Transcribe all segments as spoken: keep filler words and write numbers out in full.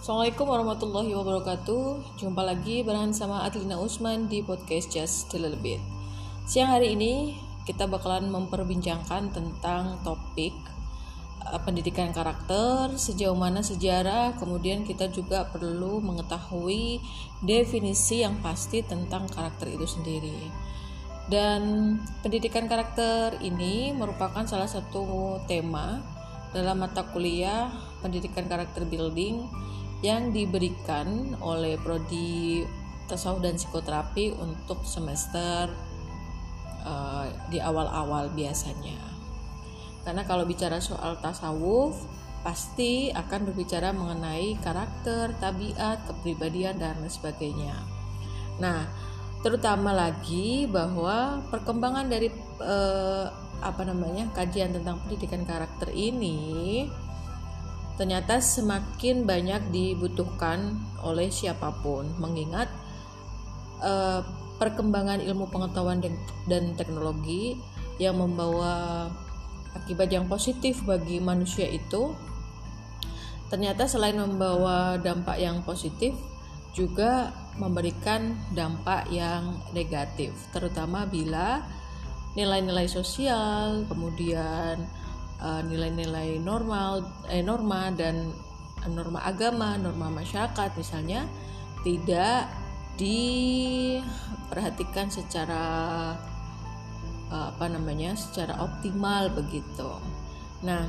Assalamualaikum warahmatullahi wabarakatuh. Jumpa lagi bareng sama Adlina Usman di podcast Just a Little Bit. Siang hari ini kita bakalan memperbincangkan tentang topik uh, pendidikan karakter, sejauh mana sejarah, kemudian kita juga perlu mengetahui definisi yang pasti tentang karakter itu sendiri. Dan pendidikan karakter ini merupakan salah satu tema dalam mata kuliah pendidikan karakter building yang diberikan oleh prodi tasawuf dan psikoterapi untuk semester uh, di awal-awal biasanya. Karena kalau bicara soal tasawuf pasti akan berbicara mengenai karakter, tabiat, kepribadian dan lain sebagainya. Nah, terutama lagi bahwa perkembangan dari uh, apa namanya kajian tentang pendidikan karakter ini ternyata semakin banyak dibutuhkan oleh siapapun, mengingat uh, perkembangan ilmu pengetahuan dan teknologi yang membawa akibat yang positif bagi manusia itu ternyata selain membawa dampak yang positif juga memberikan dampak yang negatif, terutama bila nilai-nilai sosial, kemudian uh, nilai-nilai normal, eh, norma dan norma agama, norma masyarakat misalnya tidak diperhatikan secara uh, apa namanya, secara optimal begitu. Nah,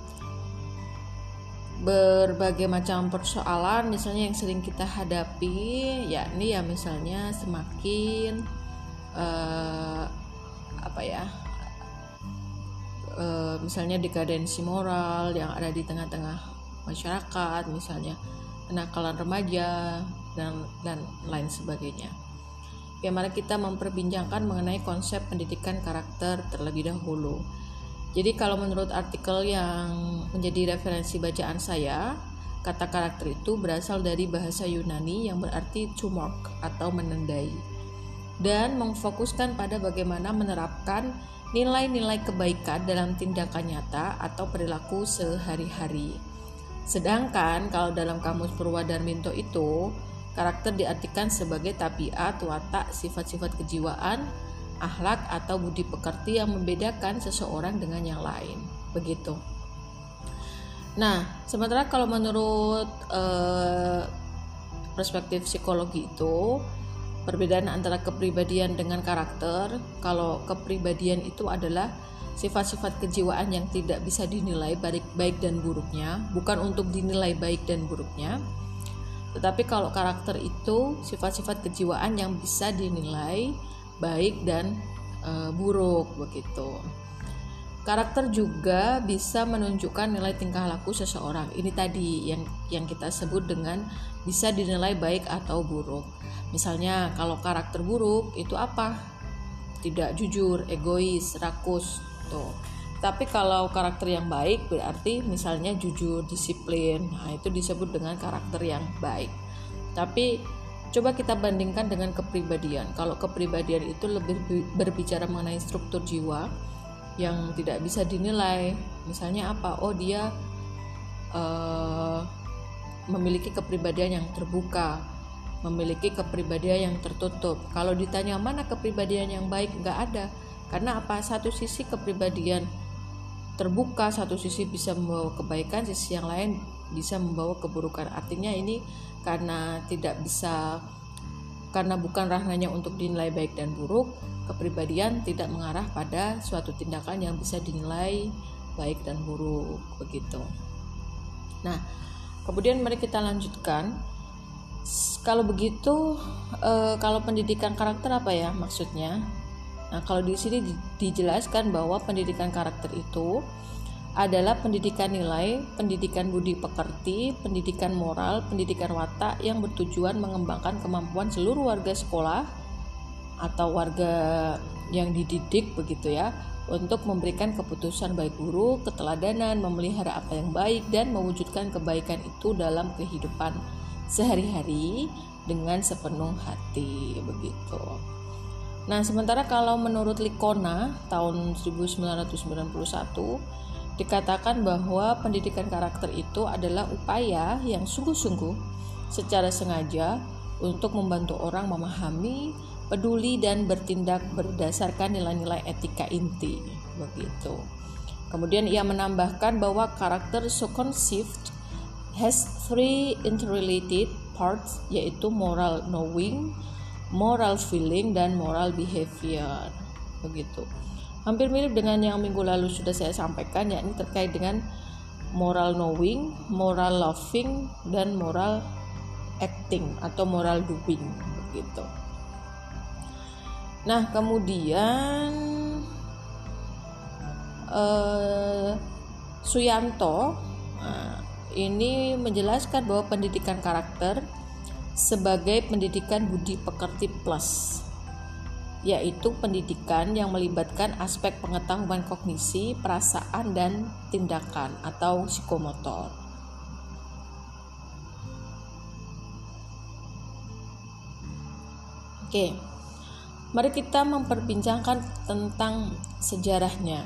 berbagai macam persoalan misalnya yang sering kita hadapi, yakni ya misalnya semakin uh, apa ya e, misalnya dekadensi moral yang ada di tengah-tengah masyarakat, misalnya kenakalan remaja dan dan lain sebagainya. Oke, mari kita memperbincangkan mengenai konsep pendidikan karakter terlebih dahulu. Jadi kalau menurut artikel yang menjadi referensi bacaan saya, kata karakter itu berasal dari bahasa Yunani yang berarti to mark atau menandai, dan memfokuskan pada bagaimana menerapkan nilai-nilai kebaikan dalam tindakan nyata atau perilaku sehari-hari. Sedangkan kalau dalam kamus Purwadarminto itu, karakter diartikan sebagai tabiat, watak, sifat-sifat kejiwaan, akhlak atau budi pekerti yang membedakan seseorang dengan yang lain. Begitu. Nah, sementara kalau menurut eh, perspektif psikologi itu, perbedaan antara kepribadian dengan karakter, kalau kepribadian itu adalah sifat-sifat kejiwaan yang tidak bisa dinilai baik, baik dan buruknya, bukan untuk dinilai baik dan buruknya. Tetapi kalau karakter itu sifat-sifat kejiwaan yang bisa dinilai baik dan e, buruk begitu. Karakter juga bisa menunjukkan nilai tingkah laku seseorang. Ini tadi yang yang kita sebut dengan bisa dinilai baik atau buruk. Misalnya kalau karakter buruk itu apa? Tidak jujur, egois, rakus tuh. Tapi kalau karakter yang baik berarti misalnya jujur, disiplin. Nah, itu disebut dengan karakter yang baik. Tapi coba kita bandingkan dengan kepribadian. Kalau kepribadian itu lebih berbicara mengenai struktur jiwa yang tidak bisa dinilai. Misalnya apa? Oh, dia uh, memiliki kepribadian yang terbuka, memiliki kepribadian yang tertutup. Kalau ditanya mana kepribadian yang baik, nggak ada. Karena apa? Satu sisi kepribadian terbuka, satu sisi bisa membawa kebaikan, sisi yang lain bisa membawa keburukan. Artinya ini karena tidak bisa, karena bukan ranahnya untuk dinilai baik dan buruk, kepribadian tidak mengarah pada suatu tindakan yang bisa dinilai baik dan buruk begitu. Nah, kemudian mari kita lanjutkan. Kalau begitu, e, kalau pendidikan karakter apa ya maksudnya? Nah, kalau di sini dijelaskan bahwa pendidikan karakter itu adalah pendidikan nilai, pendidikan budi pekerti, pendidikan moral, pendidikan watak yang bertujuan mengembangkan kemampuan seluruh warga sekolah atau warga yang dididik begitu ya, untuk memberikan keputusan baik buruk, keteladanan, memelihara apa yang baik dan mewujudkan kebaikan itu dalam kehidupan sehari-hari dengan sepenuh hati begitu. Nah, sementara kalau menurut Likona tahun seribu sembilan ratus sembilan puluh satu dikatakan bahwa pendidikan karakter itu adalah upaya yang sungguh-sungguh secara sengaja untuk membantu orang memahami, peduli, dan bertindak berdasarkan nilai-nilai etika inti. Begitu. Kemudian ia menambahkan bahwa karakter so conceived has three interrelated parts, yaitu moral knowing, moral feeling, dan moral behavior. Begitu. Hampir mirip dengan yang minggu lalu sudah saya sampaikan, yakni terkait dengan moral knowing, moral loving, dan moral acting atau moral doing. Begitu. Nah, kemudian eh, Suyanto nah, ini menjelaskan bahwa pendidikan karakter sebagai pendidikan budi pekerti plus, yaitu pendidikan yang melibatkan aspek pengetahuan kognisi, perasaan, dan tindakan atau psikomotor. Oke, mari kita memperbincangkan tentang sejarahnya.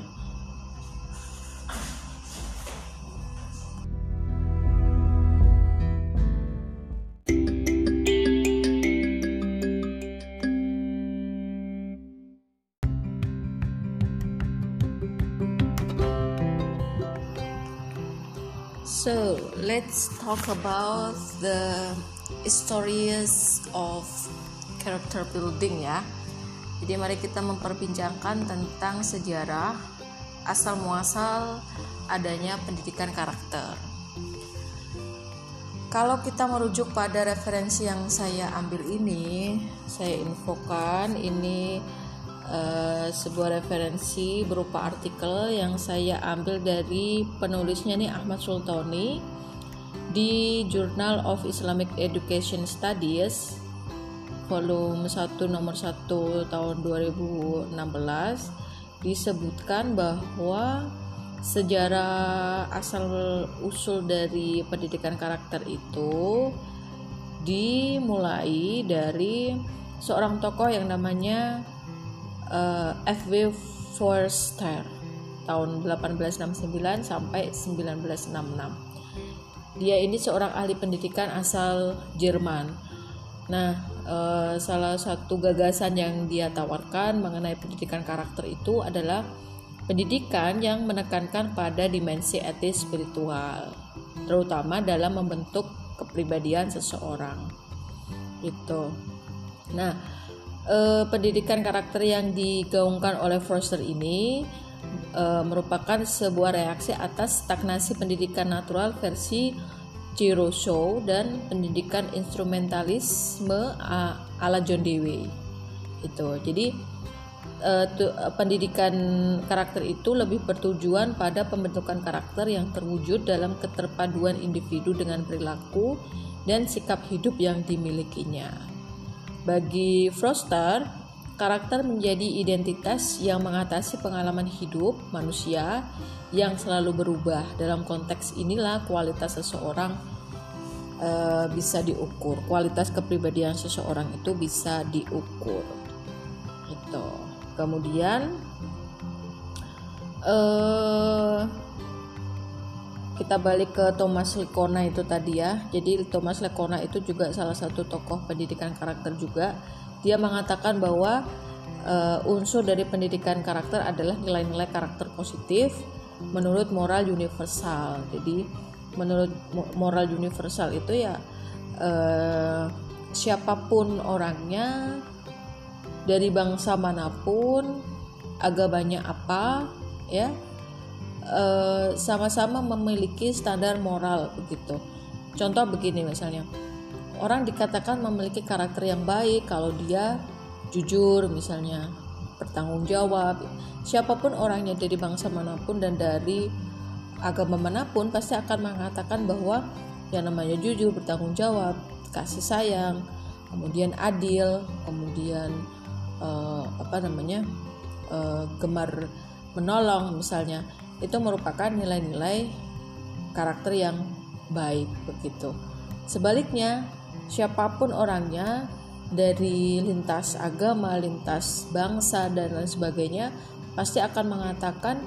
So let's talk about the stories of character building ya. Jadi mari kita memperbincangkan tentang sejarah asal muasal adanya pendidikan karakter. Kalau kita merujuk pada referensi yang saya ambil ini, saya infokan ini Uh, sebuah referensi berupa artikel yang saya ambil dari penulisnya nih Ahmad Sultoni di Journal of Islamic Education Studies volume satu nomor satu tahun dua ribu enam belas. Disebutkan bahwa sejarah asal usul dari pendidikan karakter itu dimulai dari seorang tokoh yang namanya Uh, F W Forster tahun delapan belas enam puluh sembilan sampai sembilan belas enam puluh enam. Dia ini seorang ahli pendidikan asal Jerman. Nah, uh, salah satu gagasan yang dia tawarkan mengenai pendidikan karakter itu adalah pendidikan yang menekankan pada dimensi etis spiritual, terutama dalam membentuk kepribadian seseorang. Gitu. Nah, Eh, pendidikan karakter yang digaungkan oleh Forster ini eh, merupakan sebuah reaksi atas stagnasi pendidikan natural versi J. Rousseau dan pendidikan instrumentalisme uh, ala John Dewey. Itu. Jadi eh, tu, pendidikan karakter itu lebih bertujuan pada pembentukan karakter yang terwujud dalam keterpaduan individu dengan perilaku dan sikap hidup yang dimilikinya. Bagi Forster, karakter menjadi identitas yang mengatasi pengalaman hidup manusia yang selalu berubah. Dalam konteks inilah kualitas seseorang e, bisa diukur. Kualitas kepribadian seseorang itu bisa diukur. Itu. Kemudian e, kita balik ke Thomas Licona itu tadi ya. Jadi Thomas Licona itu juga salah satu tokoh pendidikan karakter juga. Dia mengatakan bahwa uh, unsur dari pendidikan karakter adalah nilai-nilai karakter positif menurut moral universal. Jadi menurut moral universal itu ya uh, siapapun orangnya, dari bangsa manapun, agamanya apa, ya, Uh, sama-sama memiliki standar moral begitu. Contoh begini misalnya, orang dikatakan memiliki karakter yang baik kalau dia jujur misalnya, bertanggung jawab. Siapapun orangnya dari bangsa manapun dan dari agama manapun pasti akan mengatakan bahwa yang namanya jujur, bertanggung jawab, kasih sayang, kemudian adil, kemudian uh, apa namanya uh, gemar menolong misalnya. Itu merupakan nilai-nilai karakter yang baik begitu. Sebaliknya, siapapun orangnya dari lintas agama, lintas bangsa dan lain sebagainya pasti akan mengatakan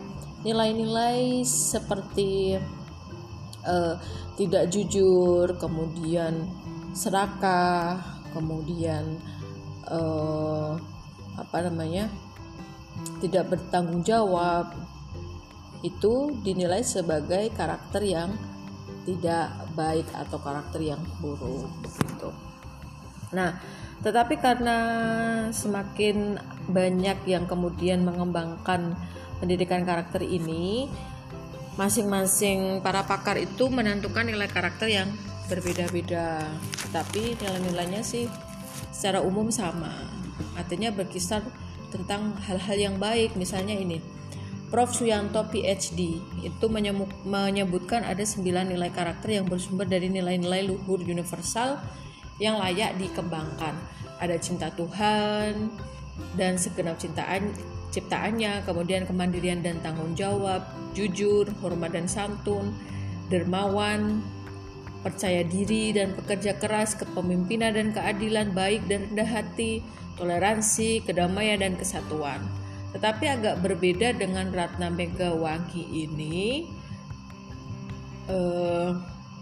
nilai-nilai seperti uh, tidak jujur, kemudian serakah, kemudian uh, apa namanya tidak bertanggung jawab, itu dinilai sebagai karakter yang tidak baik atau karakter yang buruk begitu. Nah, tetapi karena semakin banyak yang kemudian mengembangkan pendidikan karakter ini, masing-masing para pakar itu menentukan nilai karakter yang berbeda-beda, tapi nilai-nilainya sih secara umum sama, artinya berkisar tentang hal-hal yang baik. Misalnya ini, Profesor Suyanto P H D itu menyebutkan ada sembilan nilai karakter yang bersumber dari nilai-nilai luhur universal yang layak dikembangkan. Ada cinta Tuhan dan segenap cintaan, ciptaannya, kemudian kemandirian dan tanggung jawab, jujur, hormat dan santun, dermawan, percaya diri dan pekerja keras, kepemimpinan dan keadilan, baik dan rendah hati, toleransi, kedamaian dan kesatuan. Tetapi agak berbeda dengan Ratna Megawangi ini. Uh,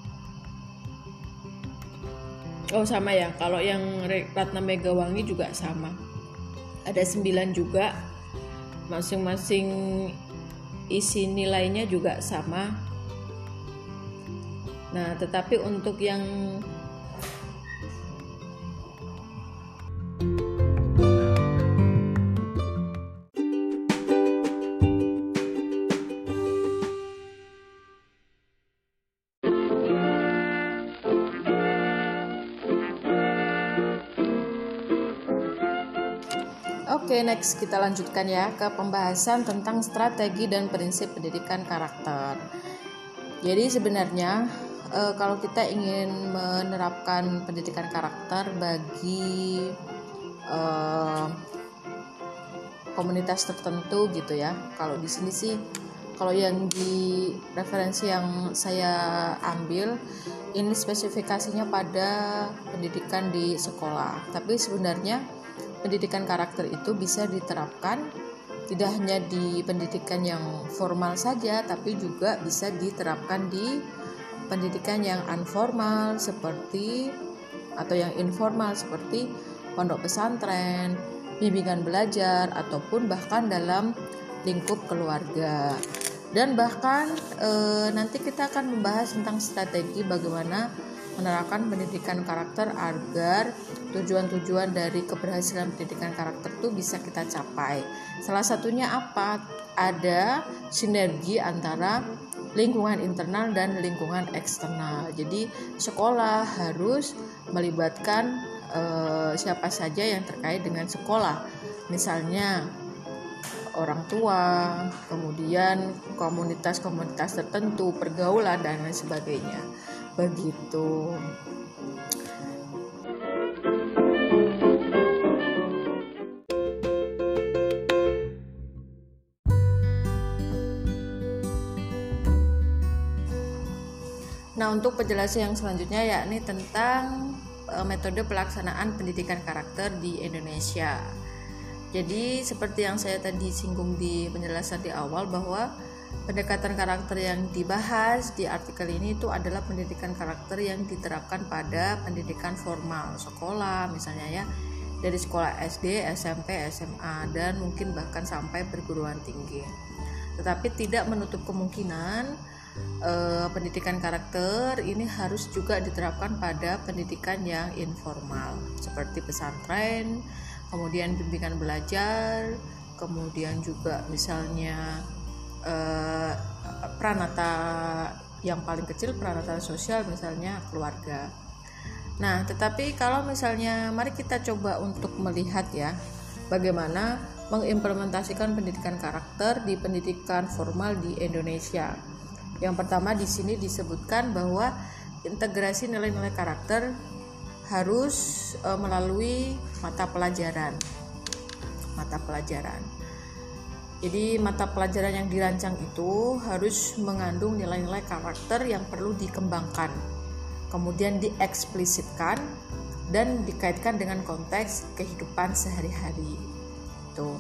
oh sama ya, kalau yang Ratna Megawangi juga sama. Ada sembilan juga, masing-masing isi nilainya juga sama. Nah, tetapi untuk yang Oke, next kita lanjutkan ya ke pembahasan tentang strategi dan prinsip pendidikan karakter. Jadi sebenarnya e, kalau kita ingin menerapkan pendidikan karakter bagi e, komunitas tertentu gitu ya. Kalau di sini sih, kalau yang di referensi yang saya ambil ini spesifikasinya pada pendidikan di sekolah. Tapi sebenarnya pendidikan karakter itu bisa diterapkan tidak hanya di pendidikan yang formal saja, tapi juga bisa diterapkan di pendidikan yang informal seperti atau yang informal seperti pondok pesantren, bimbingan belajar, ataupun bahkan dalam lingkup keluarga. Dan bahkan e, nanti kita akan membahas tentang strategi bagaimana menerapkan pendidikan karakter agar tujuan-tujuan dari keberhasilan pendidikan karakter itu bisa kita capai. Salah satunya apa? Ada sinergi antara lingkungan internal dan lingkungan eksternal. Jadi sekolah harus melibatkan eh, siapa saja yang terkait dengan sekolah. Misalnya orang tua, kemudian komunitas-komunitas tertentu, pergaulan dan lain sebagainya. Begitu. Nah, untuk penjelasan yang selanjutnya yakni tentang e, metode pelaksanaan pendidikan karakter di Indonesia. Jadi seperti yang saya tadi singgung di penjelasan di awal bahwa pendekatan karakter yang dibahas di artikel ini itu adalah pendidikan karakter yang diterapkan pada pendidikan formal sekolah, misalnya ya dari sekolah S D, S M P, S M A dan mungkin bahkan sampai perguruan tinggi. Tetapi tidak menutup kemungkinan eh, pendidikan karakter ini harus juga diterapkan pada pendidikan yang informal seperti pesantren, kemudian bimbingan belajar, kemudian juga misalnya eh, pranata yang paling kecil, pranata sosial misalnya keluarga. Nah, tetapi kalau misalnya mari kita coba untuk melihat ya bagaimana mengimplementasikan pendidikan karakter di pendidikan formal di Indonesia. Yang pertama di sini disebutkan bahwa integrasi nilai-nilai karakter harus e, melalui mata pelajaran. Mata pelajaran. Jadi mata pelajaran yang dirancang itu harus mengandung nilai-nilai karakter yang perlu dikembangkan, kemudian dieksplisitkan dan dikaitkan dengan konteks kehidupan sehari-hari. Tuh.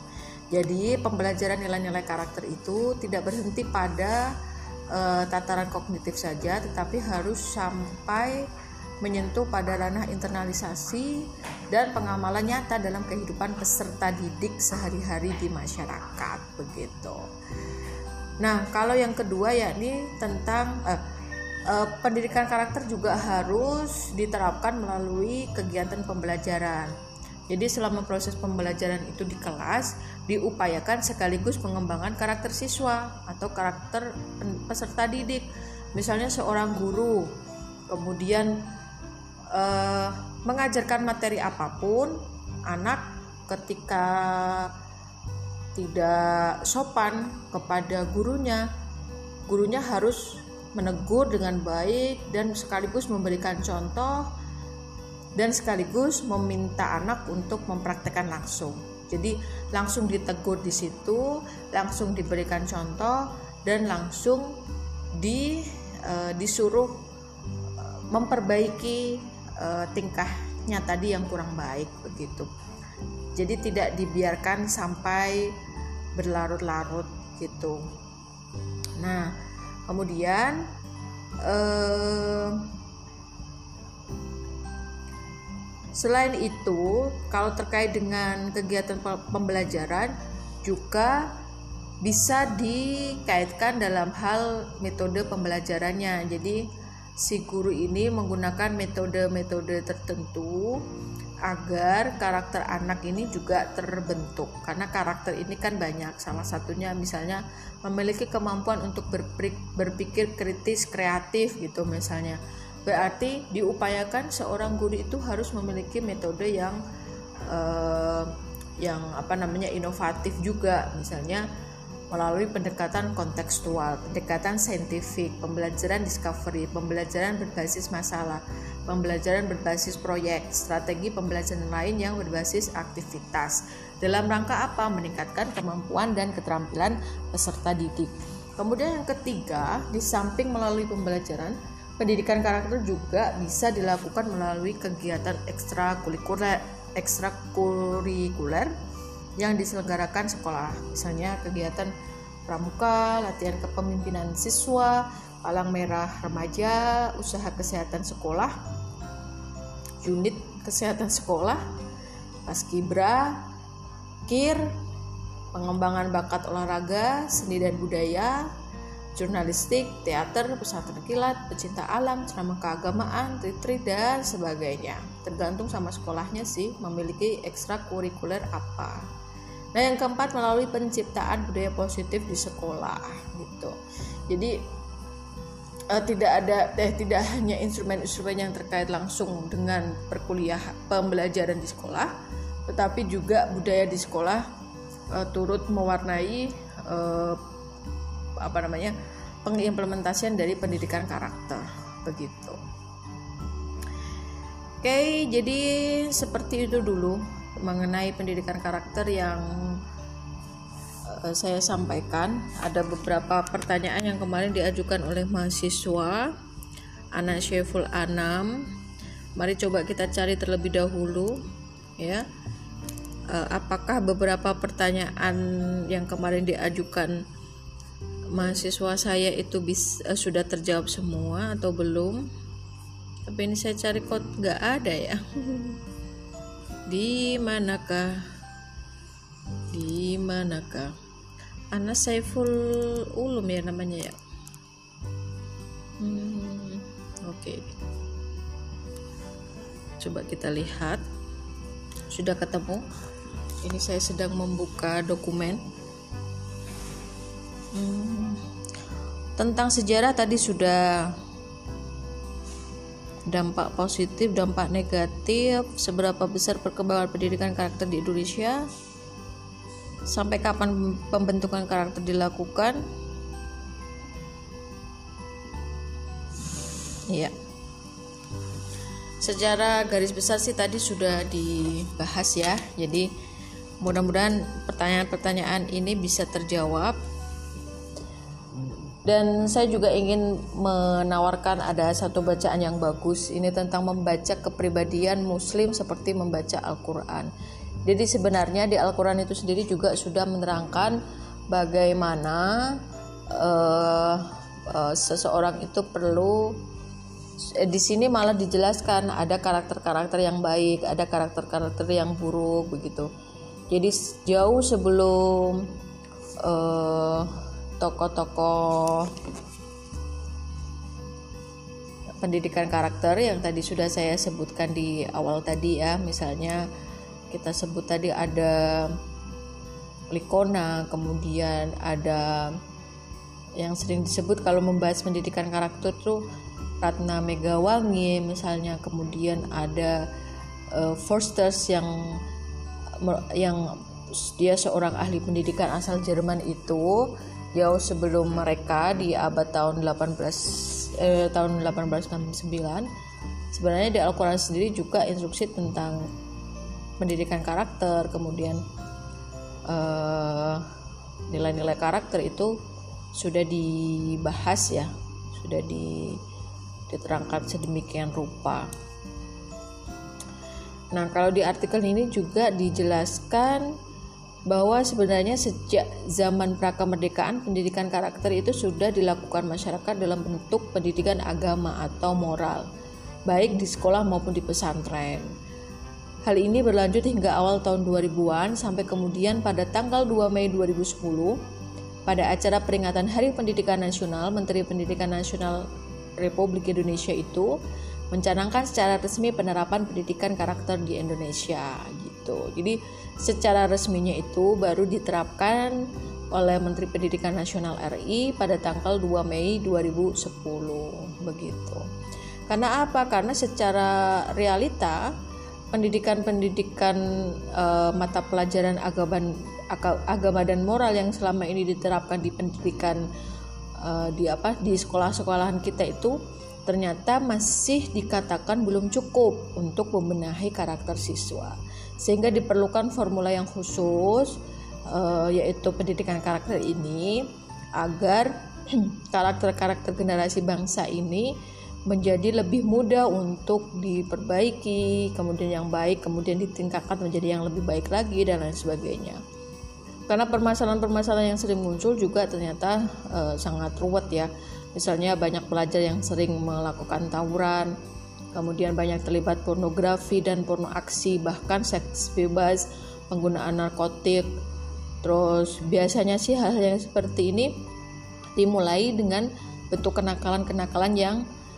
Jadi pembelajaran nilai-nilai karakter itu tidak berhenti pada uh, tataran kognitif saja, tetapi harus sampai menyentuh pada ranah internalisasi dan pengamalan nyata dalam kehidupan peserta didik sehari-hari di masyarakat, begitu. Nah, kalau yang kedua yakni tentang uh, uh, pendidikan karakter juga harus diterapkan melalui kegiatan pembelajaran. Jadi selama proses pembelajaran itu di kelas diupayakan sekaligus pengembangan karakter siswa atau karakter peserta didik. Misalnya seorang guru kemudian eh, mengajarkan materi apapun, anak ketika tidak sopan kepada gurunya, gurunya harus menegur dengan baik dan sekaligus memberikan contoh dan sekaligus meminta anak untuk mempraktekkan langsung. Jadi langsung ditegur di situ, langsung diberikan contoh dan langsung di uh, disuruh memperbaiki uh, tingkahnya tadi yang kurang baik, begitu. Jadi tidak dibiarkan sampai berlarut-larut gitu. Nah, kemudian uh, selain itu, kalau terkait dengan kegiatan pembelajaran juga bisa dikaitkan dalam hal metode pembelajarannya. Jadi si guru ini menggunakan metode-metode tertentu agar karakter anak ini juga terbentuk. Karena karakter ini kan banyak, salah satunya misalnya memiliki kemampuan untuk berpikir kritis, kreatif gitu misalnya. Berarti diupayakan seorang guru itu harus memiliki metode yang eh, yang apa namanya inovatif juga, misalnya melalui pendekatan kontekstual, pendekatan saintifik, pembelajaran discovery, pembelajaran berbasis masalah, pembelajaran berbasis proyek, strategi pembelajaran lain yang berbasis aktivitas. Dalam rangka apa? Meningkatkan kemampuan dan keterampilan peserta didik. Kemudian yang ketiga, di samping melalui pembelajaran, pendidikan karakter juga bisa dilakukan melalui kegiatan ekstrakurikuler, ekstrakurikuler yang diselenggarakan sekolah. Misalnya kegiatan pramuka, latihan kepemimpinan siswa, palang merah remaja, usaha kesehatan sekolah, unit kesehatan sekolah, paskibra, kir, pengembangan bakat olahraga, seni dan budaya, jurnalistik, teater, pesantren kilat, pecinta alam, ceramah keagamaan, retreat dan sebagainya. Tergantung sama sekolahnya sih memiliki ekstrakurikuler apa. Nah, yang keempat melalui penciptaan budaya positif di sekolah gitu. Jadi eh, tidak ada eh, tidak hanya instrumen-instrumen yang terkait langsung dengan perkuliahan pembelajaran di sekolah, tetapi juga budaya di sekolah eh, turut mewarnai eh, apa namanya pengimplementasian dari pendidikan karakter, begitu. Oke, jadi seperti itu dulu mengenai pendidikan karakter yang uh, saya sampaikan. Ada beberapa pertanyaan yang kemarin diajukan oleh mahasiswa Anak Syeful Anam. Mari coba kita cari terlebih dahulu ya. Uh, apakah beberapa pertanyaan yang kemarin diajukan mahasiswa saya itu bis, uh, sudah terjawab semua atau belum? Tapi ini saya cari kok nggak ada ya. Di manakah? Di manakah? Ana Saiful Ulum ya namanya ya. Hmm, Oke. Okay. Coba kita lihat. Sudah ketemu? Ini saya sedang membuka dokumen. Hmm, tentang sejarah tadi sudah. Dampak positif, dampak negatif, seberapa besar perkembangan pendidikan karakter di Indonesia, sampai kapan pembentukan karakter dilakukan. Ya, secara garis besar sih tadi sudah dibahas ya. Jadi mudah-mudahan pertanyaan-pertanyaan ini bisa terjawab. Dan saya juga ingin menawarkan ada satu bacaan yang bagus. Ini tentang membaca kepribadian muslim seperti membaca Al-Quran. Jadi sebenarnya di Al-Quran itu sendiri juga sudah menerangkan bagaimana uh, uh, seseorang itu perlu, eh, di sini malah dijelaskan ada karakter-karakter yang baik, ada karakter-karakter yang buruk begitu. Jadi jauh sebelum uh, tokoh-tokoh pendidikan karakter yang tadi sudah saya sebutkan di awal tadi ya, misalnya kita sebut tadi ada Likona, kemudian ada yang sering disebut kalau membahas pendidikan karakter tuh Ratna Megawangi misalnya, kemudian ada uh, Forsters yang yang dia seorang ahli pendidikan asal Jerman itu jauh sebelum mereka di abad tahun delapan belas eh, tahun delapan belas enam puluh sembilan. Sebenarnya di Al-Quran sendiri juga instruksi tentang pendidikan karakter, kemudian uh, nilai-nilai karakter itu sudah dibahas ya, sudah di, diterangkan sedemikian rupa. Nah, kalau di artikel ini juga dijelaskan bahwa sebenarnya sejak zaman prakemerdekaan pendidikan karakter itu sudah dilakukan masyarakat dalam bentuk pendidikan agama atau moral, baik di sekolah maupun di pesantren. Hal ini berlanjut hingga awal tahun dua ribuan sampai kemudian pada tanggal dua Mei dua ribu sepuluh pada acara peringatan Hari Pendidikan Nasional, Menteri Pendidikan Nasional Republik Indonesia itu mencanangkan secara resmi penerapan pendidikan karakter di Indonesia gitu. Jadi secara resminya itu baru diterapkan oleh Menteri Pendidikan Nasional R I pada tanggal dua Mei dua ribu sepuluh begitu. Karena apa? Karena secara realita pendidikan-pendidikan e, mata pelajaran agama, agama dan moral yang selama ini diterapkan di pendidikan e, di apa di sekolah-sekolahan kita itu ternyata masih dikatakan belum cukup untuk membenahi karakter siswa, sehingga diperlukan formula yang khusus e, yaitu pendidikan karakter ini agar karakter-karakter generasi bangsa ini menjadi lebih mudah untuk diperbaiki, kemudian yang baik kemudian ditingkatkan menjadi yang lebih baik lagi dan lain sebagainya. Karena permasalahan-permasalahan yang sering muncul juga ternyata e, sangat ruwet ya. Misalnya banyak pelajar yang sering melakukan tawuran, kemudian banyak terlibat pornografi dan porno aksi, bahkan seks bebas, penggunaan narkotik. Terus biasanya sih hal yang seperti ini dimulai dengan bentuk kenakalan-kenakalan yang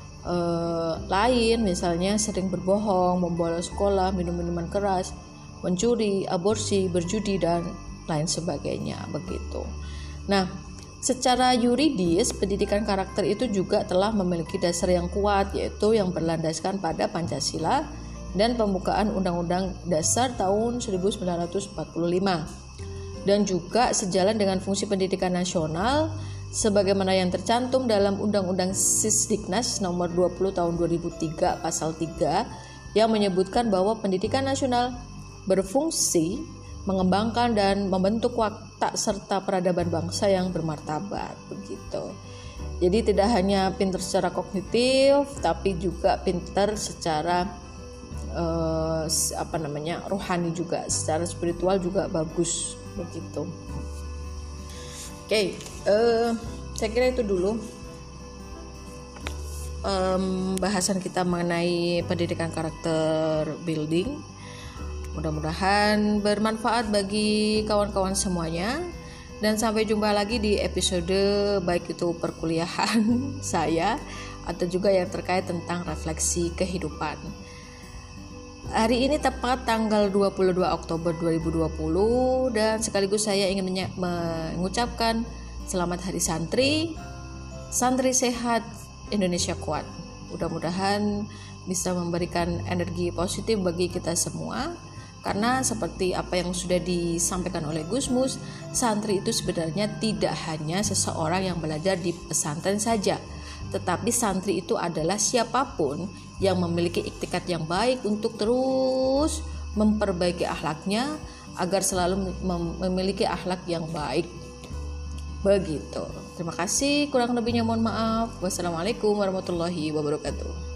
Uh, lain, misalnya sering berbohong, membolos sekolah, minum minuman keras, mencuri, aborsi, berjudi dan lain sebagainya begitu. Nah, secara yuridis pendidikan karakter itu juga telah memiliki dasar yang kuat, yaitu yang berlandaskan pada Pancasila dan pembukaan Undang-Undang Dasar tahun seribu sembilan ratus empat puluh lima, dan juga sejalan dengan fungsi pendidikan nasional sebagaimana yang tercantum dalam Undang-Undang Sisdiknas nomor dua puluh tahun dua ribu tiga pasal tiga yang menyebutkan bahwa pendidikan nasional berfungsi mengembangkan dan membentuk watak serta peradaban bangsa yang bermartabat begitu. Jadi tidak hanya pintar secara kognitif tapi juga pintar secara eh, apa namanya rohani juga, secara spiritual juga bagus begitu. Oke, okay, uh, saya kira itu dulu um, bahasan kita mengenai pendidikan karakter building. Mudah-mudahan bermanfaat bagi kawan-kawan semuanya, dan sampai jumpa lagi di episode baik itu perkuliahan saya atau juga yang terkait tentang refleksi kehidupan. Hari ini tepat tanggal dua puluh dua Oktober dua ribu dua puluh, dan sekaligus saya ingin menye- mengucapkan selamat Hari Santri, Santri Sehat, Indonesia Kuat. Mudah-mudahan bisa memberikan energi positif bagi kita semua, karena seperti apa yang sudah disampaikan oleh Gusmus, santri itu sebenarnya tidak hanya seseorang yang belajar di pesantren saja, tetapi santri itu adalah siapapun yang memiliki iktikat yang baik untuk terus memperbaiki akhlaknya agar selalu mem- memiliki akhlak yang baik. Begitu. Terima kasih, kurang lebihnya mohon maaf. Wassalamualaikum warahmatullahi wabarakatuh.